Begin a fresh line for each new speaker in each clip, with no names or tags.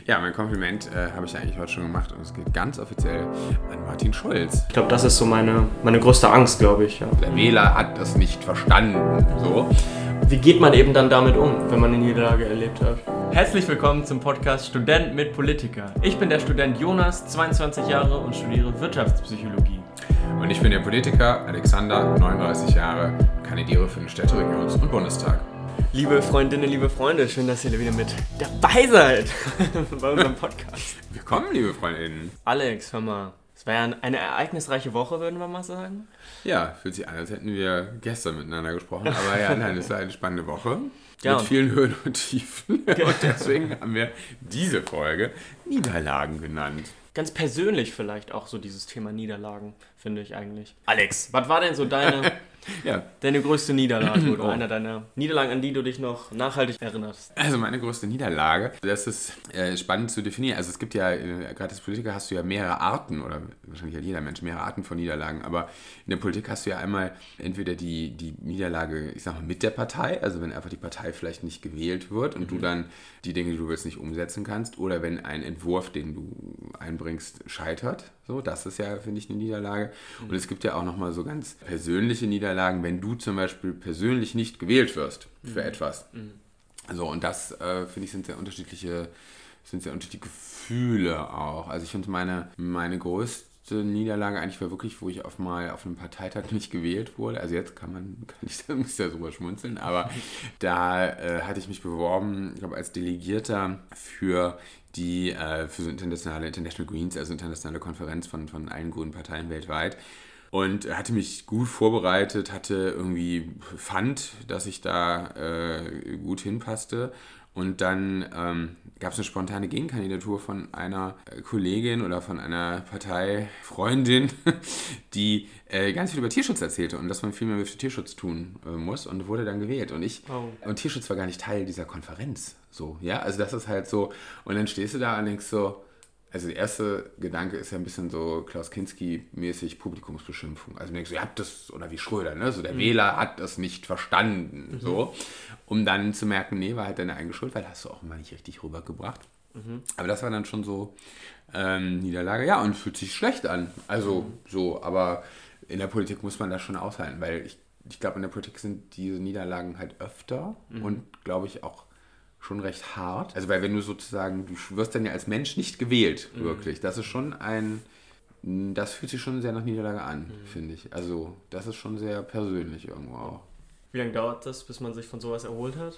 Ja, mein Kompliment habe ich eigentlich heute schon gemacht und es geht ganz offiziell an Martin Schulz.
Ich glaube, das ist so meine größte Angst, glaube ich. Ja.
Der Wähler hat das nicht verstanden. So.
Wie geht man eben dann damit um, wenn man eine Niederlage erlebt hat? Herzlich willkommen zum Podcast Student mit Politiker. Ich bin der Student Jonas, 22 Jahre und studiere Wirtschaftspsychologie.
Und ich bin der Politiker Alexander, 39 Jahre, kandidiere für den Städteregions- und Bundestag.
Liebe Freundinnen, liebe Freunde, schön, dass ihr wieder mit dabei seid bei unserem Podcast.
Willkommen, liebe Freundinnen.
Alex, hör mal, es war ja eine ereignisreiche Woche, würden wir mal sagen.
Ja, fühlt sich an, als hätten wir gestern miteinander gesprochen, aber ja, nein, es war eine spannende Woche.
Ja.
Mit vielen Höhen und Tiefen. Und deswegen haben wir diese Folge Niederlagen genannt.
Ganz persönlich vielleicht auch so dieses Thema Niederlagen, finde ich eigentlich. Alex, was war denn so deine größte Niederlage oder einer deiner Niederlagen, an die du dich noch nachhaltig erinnerst?
Also meine größte Niederlage, das ist spannend zu definieren. Also es gibt ja, gerade als Politiker hast du ja mehrere Arten, oder wahrscheinlich hat jeder Mensch mehrere Arten von Niederlagen, aber in der Politik hast du ja einmal entweder die Niederlage, ich sag mal, mit der Partei, also wenn einfach die Partei vielleicht nicht gewählt wird und du dann die Dinge, die du willst, nicht umsetzen kannst, oder wenn ein Entwurf, den du einbringst, scheitert. So, das ist ja, finde ich, eine Niederlage. Und es gibt ja auch nochmal so ganz persönliche Niederlagen, wenn du zum Beispiel persönlich nicht gewählt wirst für etwas. So, und das, finde ich, sind sehr unterschiedliche Gefühle auch. Also ich finde, meine größte Niederlage eigentlich war wirklich, wo ich mal auf einem Parteitag nicht gewählt wurde. Also jetzt muss ja sogar schmunzeln, aber da hatte ich mich beworben, ich glaube, als Delegierter für so International Greens, also internationale Konferenz von allen grünen Parteien weltweit. Und hatte mich gut vorbereitet, fand, dass ich da gut hinpasste. Und dann gab es eine spontane Gegenkandidatur von einer Kollegin oder von einer Parteifreundin, die ganz viel über Tierschutz erzählte und dass man viel mehr für Tierschutz tun muss, und wurde dann gewählt. Und Tierschutz war gar nicht Teil dieser Konferenz. So, ja, also das ist halt so. Und dann stehst du da und denkst so, also der erste Gedanke ist ja ein bisschen so Klaus Kinski-mäßig Publikumsbeschimpfung. Also man denkt so, ihr habt das, oder wie Schröder, ne? So der Wähler hat das nicht verstanden. So. Um dann zu merken, nee, war halt deine eigene Schuld, weil hast du auch mal nicht richtig rübergebracht. Aber das war dann schon so Niederlage. Ja, und fühlt sich schlecht an. Also so, aber in der Politik muss man das schon aushalten, weil ich glaube, in der Politik sind diese Niederlagen halt öfter und glaube ich auch schon recht hart. Also weil wenn du sozusagen, du wirst dann ja als Mensch nicht gewählt, wirklich. Das ist schon das fühlt sich schon sehr nach Niederlage an, finde ich. Also das ist schon sehr persönlich irgendwo auch.
Wie lange dauert das, bis man sich von sowas erholt hat?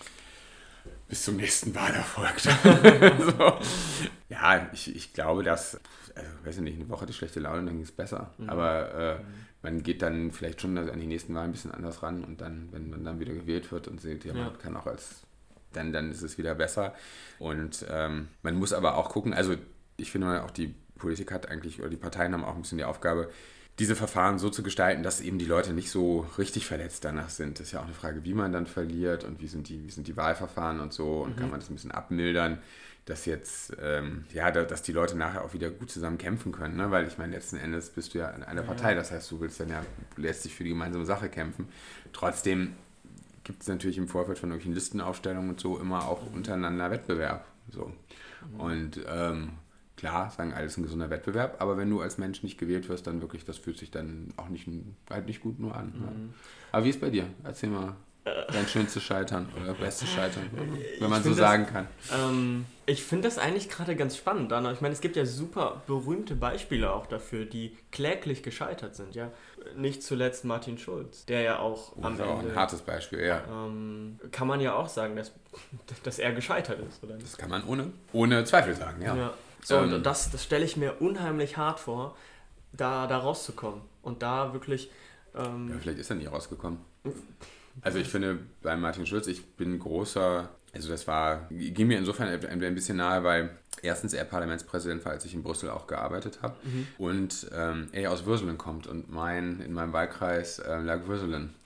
Bis zum nächsten Wahlerfolg. So. Ja, ich glaube, dass, weiß ich nicht, eine Woche hatte ich schlechte Laune, dann ging es besser. Aber man geht dann vielleicht schon an die nächsten Wahlen ein bisschen anders ran, und dann, wenn man dann wieder gewählt wird und sieht, man kann auch dann ist es wieder besser. Und man muss aber auch gucken, also ich finde auch die Politik hat eigentlich, oder die Parteien haben auch ein bisschen die Aufgabe, diese Verfahren so zu gestalten, dass eben die Leute nicht so richtig verletzt danach sind. Das ist ja auch eine Frage, wie man dann verliert und wie sind die Wahlverfahren und so, und kann man das ein bisschen abmildern, dass jetzt, dass die Leute nachher auch wieder gut zusammen kämpfen können, ne? Weil ich meine, letzten Endes bist du ja in einer Partei, das heißt, du lässt dich für die gemeinsame Sache kämpfen. Trotzdem gibt es natürlich im Vorfeld von irgendwelchen Listenaufstellungen und so immer auch untereinander Wettbewerb. So. Und klar, sagen alle, es ist ein gesunder Wettbewerb, aber wenn du als Mensch nicht gewählt wirst, dann wirklich, das fühlt sich dann auch nicht gut nur an. Ja. Aber wie ist es bei dir? Erzähl mal dein schönstes Scheitern oder bestes Scheitern, wenn man so sagen kann.
Ich finde das eigentlich gerade ganz spannend, Anna. Ich meine, es gibt ja super berühmte Beispiele auch dafür, die kläglich gescheitert sind. Ja, nicht zuletzt Martin Schulz, der ja auch am Ende... Das ist auch
ein hartes Beispiel, ja.
Kann man ja auch sagen, dass er gescheitert ist, oder nicht?
Das kann man ohne Zweifel sagen, ja.
So, und das stelle ich mir unheimlich hart vor, da rauszukommen und da wirklich...
vielleicht ist er nie rausgekommen. Also ich finde, bei Martin Schulz, ich bin großer, also ging mir insofern ein bisschen nahe, weil erstens er Parlamentspräsident war, als ich in Brüssel auch gearbeitet habe, und er ja aus Würselen kommt, und in meinem Wahlkreis lag Würselen.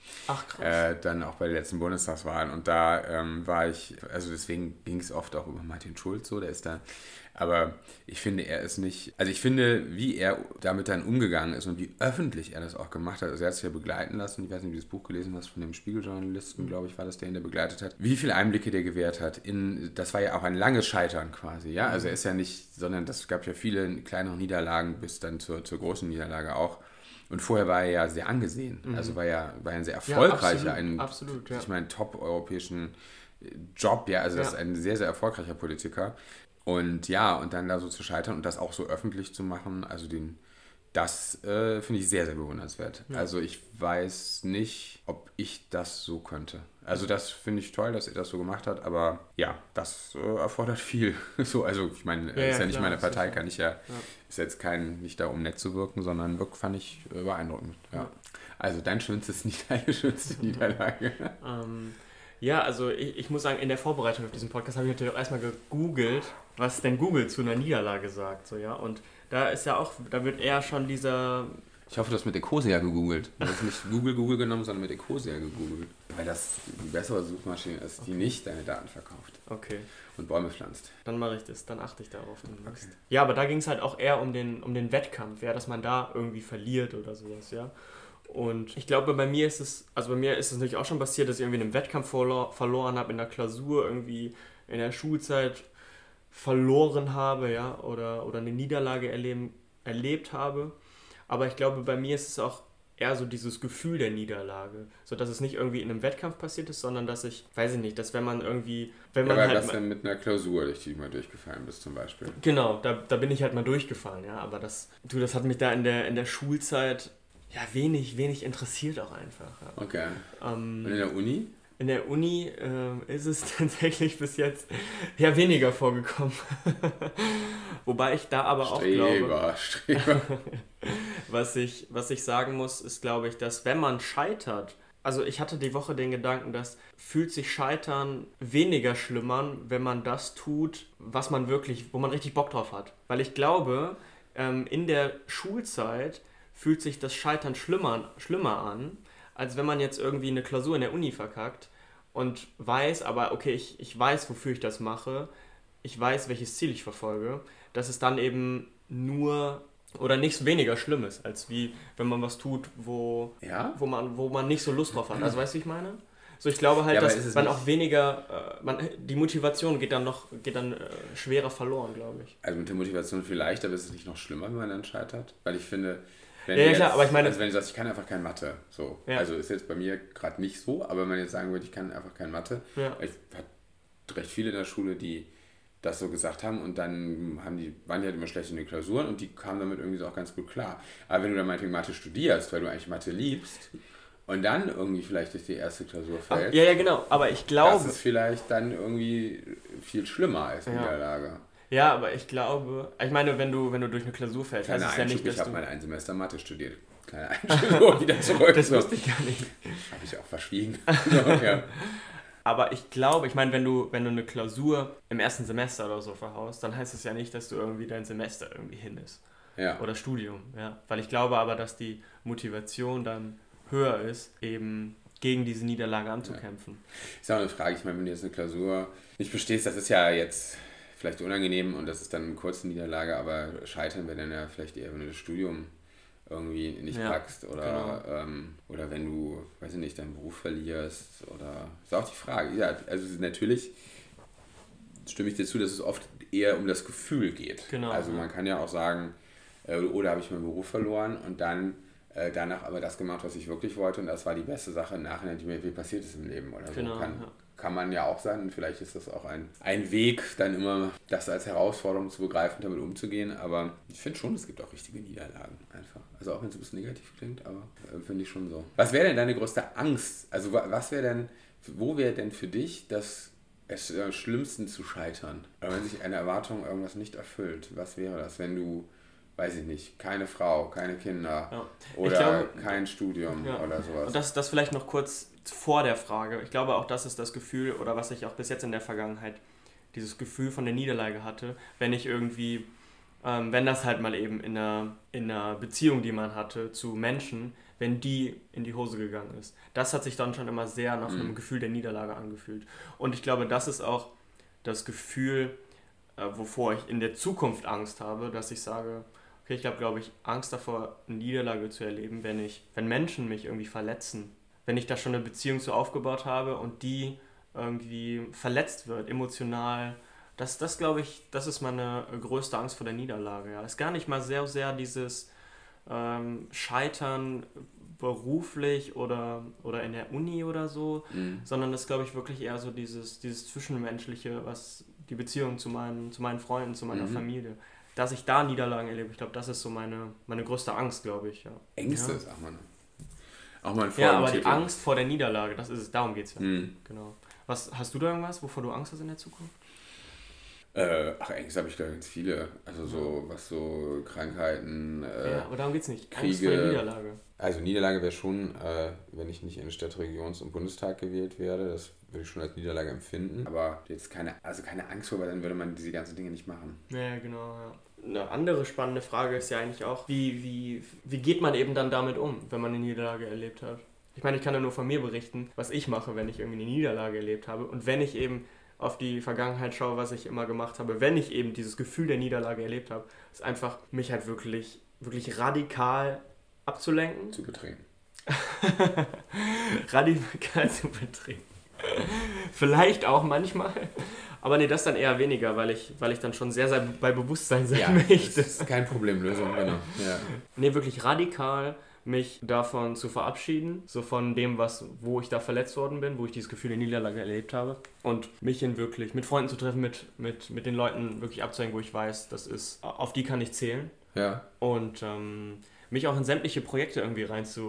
Ach, krass.
Dann auch bei den letzten Bundestagswahlen. Und da war ich, also deswegen ging es oft auch über Martin Schulz so, der ist da. Aber ich finde, er ist nicht, also ich finde, wie er damit dann umgegangen ist und wie öffentlich er das auch gemacht hat. Also er hat sich ja begleiten lassen, ich weiß nicht, ob du das Buch gelesen hast, von dem Spiegeljournalisten, glaube ich, war das der, ihn der begleitet hat. Wie viele Einblicke der gewährt hat das war ja auch ein langes Scheitern quasi, ja. Also er ist ja nicht, sondern das gab ja viele kleinere Niederlagen bis dann zur großen Niederlage auch. Und vorher war er ja sehr angesehen. Also war er ein sehr erfolgreicher,
absolut,
ich meine, top-europäischen Job, ja, also das ist ein sehr, sehr erfolgreicher Politiker. Und ja, und dann da so zu scheitern und das auch so öffentlich zu machen, also das finde ich sehr, sehr bewundernswert. Ja. Also ich weiß nicht, ob ich das so könnte. Also das finde ich toll, dass er das so gemacht hat, aber ja, das erfordert viel. So, also ich meine, ist ja nicht meine Partei, kann ich ist jetzt nicht da, um nett zu wirken, sondern fand ich beeindruckend. Ja. Also deine schönste Niederlage.
Ja, also ich muss sagen, in der Vorbereitung auf diesen Podcast habe ich natürlich auch erstmal gegoogelt, was denn Google zu einer Niederlage sagt. So, ja? Und da ist ja auch, da wird eher schon dieser...
Ich hoffe, du hast mit Ecosia gegoogelt. Du hast nicht Google genommen, sondern mit Ecosia gegoogelt. Weil das die bessere Suchmaschine ist, die nicht deine Daten verkauft.
Okay.
Und Bäume pflanzt.
Dann mache ich das, dann achte ich darauf. Okay. Ja, aber da ging es halt auch eher um den Wettkampf, ja, dass man da irgendwie verliert oder sowas, ja. Und ich glaube, bei mir ist es natürlich auch schon passiert, dass ich irgendwie in einem Wettkampf verloren habe, in der Klausur irgendwie in der Schulzeit verloren habe, ja, oder eine Niederlage erlebt habe. Aber ich glaube, bei mir ist es auch eher so dieses Gefühl der Niederlage. So, dass es nicht irgendwie in einem Wettkampf passiert ist, sondern dass dass wenn man
was denn mit einer Klausur, durch die du mal durchgefallen bist zum Beispiel?
Genau, da bin ich halt mal durchgefallen, ja, aber das hat mich da in der Schulzeit wenig interessiert auch einfach. Ja.
Okay. Und in der Uni?
In der Uni ist es tatsächlich bis jetzt weniger vorgekommen. Wobei ich da aber auch glaube... Was ich sagen muss, ist, glaube ich, dass wenn man scheitert, also ich hatte die Woche den Gedanken, dass fühlt sich Scheitern weniger schlimm an, wenn man das tut, wo man richtig Bock drauf hat. Weil ich glaube, in der Schulzeit fühlt sich das Scheitern schlimmer an, als wenn man jetzt irgendwie eine Klausur in der Uni verkackt und weiß, aber okay, ich weiß, wofür ich das mache, ich weiß, welches Ziel ich verfolge, dass es dann eben nur oder nichts weniger schlimm ist, als wie wenn man was tut, wo man nicht so Lust drauf hat. Also weißt du, wie ich meine? So, ich glaube halt, dass man auch weniger, die Motivation geht dann schwerer verloren, glaube ich.
Also mit der Motivation vielleicht, aber ist es nicht noch schlimmer, wenn man dann scheitert? Weil ich finde,
klar, aber ich meine...
Also wenn du sagst, ich kann einfach kein Mathe, so. Ja. Also ist jetzt bei mir gerade nicht so, aber wenn man jetzt sagen würde, ich kann einfach kein Mathe, ich hatte recht viele in der Schule, die das so gesagt haben und dann waren die halt immer schlecht in den Klausuren und die kamen damit irgendwie so auch ganz gut klar. Aber wenn du dann meinetwegen Mathe studierst, weil du eigentlich Mathe liebst und dann irgendwie vielleicht durch die erste Klausur fällst...
Ja, genau, aber ich glaube...
Das ist vielleicht dann irgendwie viel schlimmer als Niederlage.
Ja, aber ich glaube, ich meine, wenn du durch eine Klausur fällst, heißt es ja nicht, dass
ich habe mal ein Semester Mathe studiert. Kleine Einstellung, wieder zurück.
Das wusste ich gar nicht.
Habe ich auch verschwiegen. Ja.
Aber ich glaube, wenn du eine Klausur im ersten Semester oder so verhaust, dann heißt es ja nicht, dass du irgendwie dein Semester irgendwie hin ist.
Ja.
Oder Studium, ja. Weil ich glaube aber, dass die Motivation dann höher ist, eben gegen diese Niederlage anzukämpfen.
Ja. Ist auch eine Frage, ich meine, wenn du jetzt eine Klausur nicht bestehst, das ist ja jetzt vielleicht unangenehm und das ist dann eine kurze Niederlage, aber scheitern wäre dann ja vielleicht eher, wenn du das Studium irgendwie nicht packst oder, genau. Oder wenn du, weiß ich nicht, deinen Beruf verlierst oder, ist auch die Frage. Ja, also natürlich stimme ich dir zu, dass es oft eher um das Gefühl geht.
Genau.
Also man kann ja auch sagen, oder habe ich meinen Beruf verloren und dann danach aber das gemacht, was ich wirklich wollte und das war die beste Sache im Nachhinein, die mir passiert ist im Leben oder so.
Genau,
kann man ja auch sagen, vielleicht ist das auch ein Weg, dann immer das als Herausforderung zu begreifen, damit umzugehen, aber ich finde schon, es gibt auch richtige Niederlagen einfach. Also auch wenn es ein bisschen negativ klingt, aber finde ich schon so. Was wäre denn deine größte Angst? Also wo wäre denn für dich das Schlimmsten zu scheitern? Oder wenn sich eine Erwartung irgendwas nicht erfüllt, was wäre das, wenn du, weiß ich nicht, keine Frau, keine Kinder oder kein Studium oder sowas?
Und das vielleicht noch kurz vor der Frage. Ich glaube auch, das ist das Gefühl, oder was ich auch bis jetzt in der Vergangenheit, dieses Gefühl von der Niederlage hatte, wenn ich irgendwie, wenn das halt mal eben in einer Beziehung, die man hatte, zu Menschen, wenn die in die Hose gegangen ist. Das hat sich dann schon immer sehr nach einem Gefühl der Niederlage angefühlt. Und ich glaube, das ist auch das Gefühl, wovor ich in der Zukunft Angst habe, dass ich sage, okay, ich habe, glaube ich, Angst davor, eine Niederlage zu erleben, wenn Menschen mich irgendwie verletzen. Wenn ich da schon eine Beziehung zu aufgebaut habe und die irgendwie verletzt wird, emotional. Das glaube ich, das ist meine größte Angst vor der Niederlage. Ja. Es ist gar nicht mal sehr dieses Scheitern beruflich oder in der Uni oder so, sondern das ist, glaube ich, wirklich eher so dieses Zwischenmenschliche, was die Beziehung zu meinen Freunden, zu meiner Familie, dass ich da Niederlagen erlebe. Ich glaube, das ist so meine größte Angst, glaube ich. Ja.
Ängste, sagt man. Auch mal
ja, aber die Angst vor der Niederlage, das ist es, darum geht es ja. Genau. Hast du da irgendwas, wovor du Angst hast in der Zukunft?
Ängste habe ich da ganz viele. Also so, was so Krankheiten,
ja, aber darum geht es nicht.
Kriege,
Angst vor der Niederlage.
Also Niederlage wäre schon, wenn ich nicht in Stadt-, Regions- und Bundestag gewählt werde, das würde ich schon als Niederlage empfinden. Aber jetzt keine Angst vor, weil dann würde man diese ganzen Dinge nicht machen.
Ja, genau, ja. Eine andere spannende Frage ist ja eigentlich auch, wie geht man eben dann damit um, wenn man eine Niederlage erlebt hat? Ich meine, ich kann ja nur von mir berichten, was ich mache, wenn ich irgendwie eine Niederlage erlebt habe. Und wenn ich eben auf die Vergangenheit schaue, was ich immer gemacht habe, wenn ich eben dieses Gefühl der Niederlage erlebt habe, ist einfach, mich halt wirklich, wirklich radikal abzulenken.
Zu betrinken.
Radikal zu betrinken. Vielleicht auch manchmal. Aber nee, das dann eher weniger, weil ich dann schon sehr, sehr bei Bewusstsein sein möchte.
Das ist kein Problemlösung, genau. Ja.
Nee, wirklich radikal mich davon zu verabschieden, so von dem, wo ich da verletzt worden bin, wo ich dieses Gefühl der Niederlage erlebt habe und mich wirklich mit Freunden zu treffen, mit den Leuten wirklich abzuhängen, wo ich weiß, auf die kann ich zählen.
Ja.
Und mich auch in sämtliche Projekte irgendwie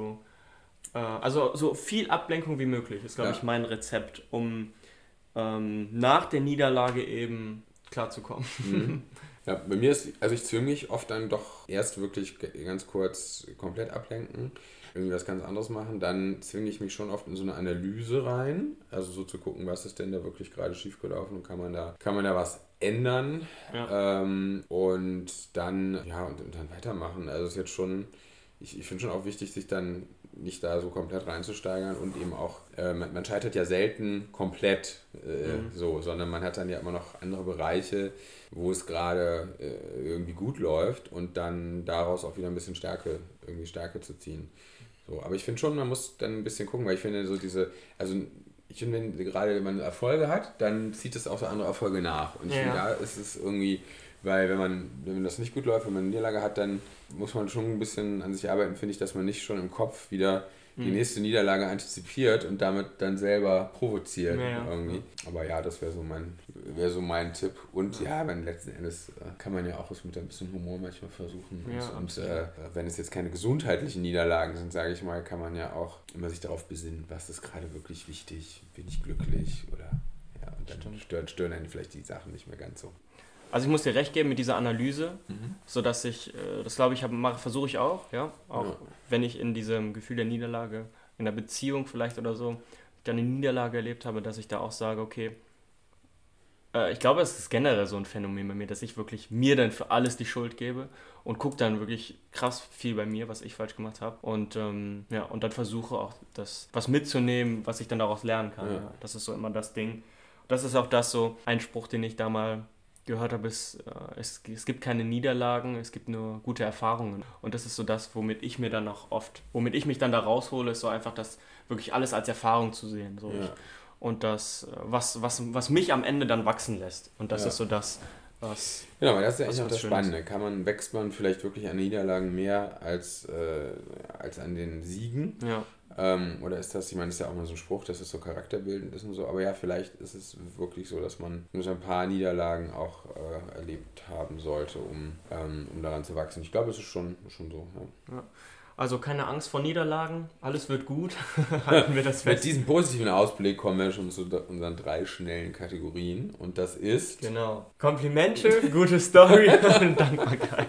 also so viel Ablenkung wie möglich ist, glaube ich, mein Rezept, um nach der Niederlage eben klarzukommen.
Ja, bei mir ist, also ich zwinge mich oft dann doch erst wirklich ganz kurz komplett ablenken, irgendwie was ganz anderes machen, dann zwinge ich mich schon oft in so eine Analyse rein, also so zu gucken, was ist denn da wirklich gerade schiefgelaufen und kann man da was ändern und dann und dann weitermachen. Also es ist jetzt schon, ich finde schon auch wichtig, sich dann nicht da so komplett reinzusteigern und eben auch, man scheitert ja selten komplett sondern man hat dann ja immer noch andere Bereiche, wo es gerade irgendwie gut läuft und dann daraus auch wieder ein bisschen Stärke zu ziehen. So, aber ich finde schon, man muss dann ein bisschen gucken, weil ich finde so gerade wenn man Erfolge hat, dann zieht es auch so andere Erfolge nach. Und ich finde, da ist es irgendwie, weil wenn das nicht gut läuft, wenn man eine Niederlage hat, dann muss man schon ein bisschen an sich arbeiten, finde ich, dass man nicht schon im Kopf wieder die nächste Niederlage antizipiert und damit dann selber provoziert irgendwie. Aber ja, das wäre so mein Tipp. Und letzten Endes kann man ja auch es mit ein bisschen Humor manchmal versuchen. Und wenn es jetzt keine gesundheitlichen Niederlagen sind, sage ich mal, kann man ja auch immer sich darauf besinnen, was ist gerade wirklich wichtig, bin ich glücklich oder und dann stören einen vielleicht die Sachen nicht mehr ganz so.
Also ich muss dir recht geben mit dieser Analyse, sodass ich, das glaube ich, versuche ich auch, wenn ich in diesem Gefühl der Niederlage, in der Beziehung vielleicht oder so, dann eine Niederlage erlebt habe, dass ich da auch sage, okay, ich glaube, es ist generell so ein Phänomen bei mir, dass ich wirklich mir dann für alles die Schuld gebe und gucke dann wirklich krass viel bei mir, was ich falsch gemacht habe und und dann versuche auch das was mitzunehmen, was ich dann daraus lernen kann. Ja. Das ist so immer das Ding. Das ist auch ein Spruch, den ich da mal gehört habe, es gibt keine Niederlagen, es gibt nur gute Erfahrungen. Und das ist so das, womit ich mich dann da raushole, ist so einfach das wirklich alles als Erfahrung zu sehen. So. Ja. Und das, was mich am Ende dann wachsen lässt. Und das ist so das, was...
Genau, das ist ja eigentlich auch das Spannende. Wächst man vielleicht wirklich an Niederlagen mehr als an den Siegen? Ja. Oder ist das, ich meine, das ist ja auch mal so ein Spruch, dass es so charakterbildend ist und so, aber ja, vielleicht ist es wirklich so, dass man nur so ein paar Niederlagen auch erlebt haben sollte, um daran zu wachsen. Ich glaube, es ist schon so. Ja.
Also keine Angst vor Niederlagen, alles wird gut. Halten wir das fest.
Mit diesem positiven Ausblick kommen wir schon zu unseren 3 schnellen Kategorien und das ist...
Genau. Komplimente, gute Story und Dankbarkeit.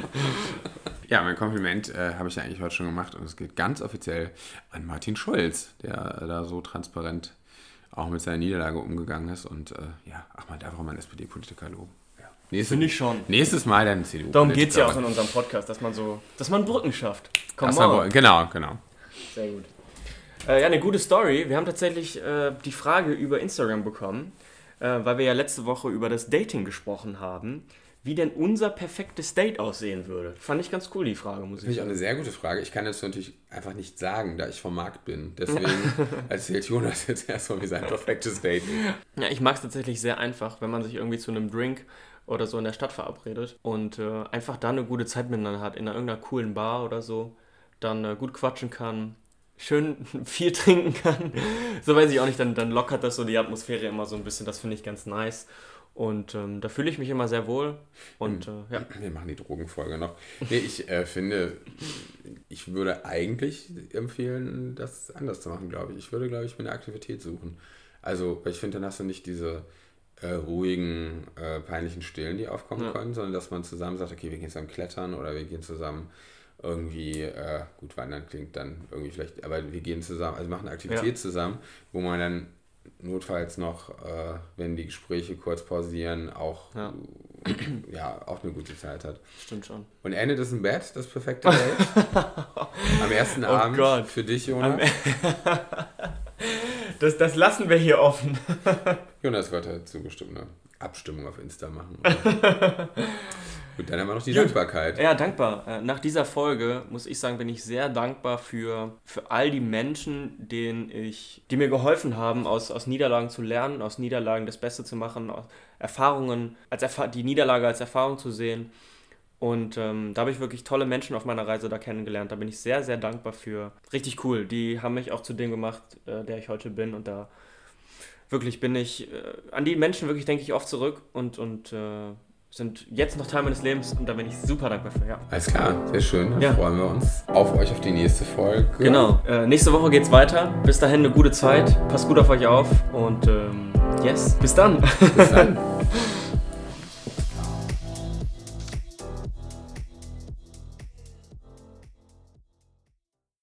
Ja, mein Kompliment habe ich ja eigentlich heute schon gemacht und es geht ganz offiziell an Martin Schulz, der da so transparent auch mit seiner Niederlage umgegangen ist und man darf auch mal einen SPD-Politiker loben. Ja.
Finde ich schon.
Nächstes Mal dann CDU.
Darum geht es ja auch in unserem Podcast, dass man Brücken schafft.
Genau.
Sehr gut. Eine gute Story. Wir haben tatsächlich die Frage über Instagram bekommen, weil wir ja letzte Woche über das Dating gesprochen haben, wie denn unser perfektes Date aussehen würde. Fand ich ganz cool, die Frage, muss ich sagen.
Finde ich auch eine sehr gute Frage. Ich kann das natürlich einfach nicht sagen, da ich vom Markt bin. Deswegen erzählt Jonas jetzt erstmal, wie sein perfektes Date ist.
Ja, ich mag es tatsächlich sehr einfach, wenn man sich irgendwie zu einem Drink oder so in der Stadt verabredet und einfach da eine gute Zeit miteinander hat, in irgendeiner coolen Bar oder so, dann gut quatschen kann, schön viel trinken kann. So weiß ich auch nicht, dann lockert das so die Atmosphäre immer so ein bisschen. Das finde ich ganz nice. Und da fühle ich mich immer sehr wohl. Und ja.
Wir machen die Drogenfolge noch. Nee, ich finde, ich würde eigentlich empfehlen, das anders zu machen, glaube ich. Ich würde, glaube ich, mir eine Aktivität suchen. Also, weil ich finde, dann hast du nicht diese ruhigen, peinlichen Stillen, die aufkommen können, sondern dass man zusammen sagt, okay, wir gehen zusammen klettern oder wir gehen zusammen irgendwie, gut, wandern klingt dann irgendwie vielleicht, aber wir gehen zusammen, also machen eine Aktivität zusammen, wo man dann notfalls noch, wenn die Gespräche kurz pausieren, auch, auch eine gute Zeit hat.
Stimmt schon.
Und endet es im Bett, das perfekte Date? Am ersten Abend für dich, Jonas?
Das lassen wir hier offen.
Jonas wird dazu bestimmt eine Abstimmung auf Insta machen. Gut, dann haben wir noch die Dankbarkeit.
Ja, dankbar. Nach dieser Folge, muss ich sagen, bin ich sehr dankbar für all die Menschen, die mir geholfen haben, aus Niederlagen zu lernen, aus Niederlagen das Beste zu machen, aus Erfahrungen, die Niederlage als Erfahrung zu sehen. Und da habe ich wirklich tolle Menschen auf meiner Reise da kennengelernt. Da bin ich sehr, sehr dankbar für. Richtig cool. Die haben mich auch zu dem gemacht, der ich heute bin. Und da wirklich bin ich, an die Menschen wirklich denke ich oft zurück und sind jetzt noch Teil meines Lebens und da bin ich super dankbar für, ja.
Alles klar, sehr schön. Dann freuen wir uns auf euch auf die nächste Folge.
Genau, nächste Woche geht's weiter. Bis dahin eine gute Zeit. Passt gut auf euch auf und yes, bis dann.
Bis dann.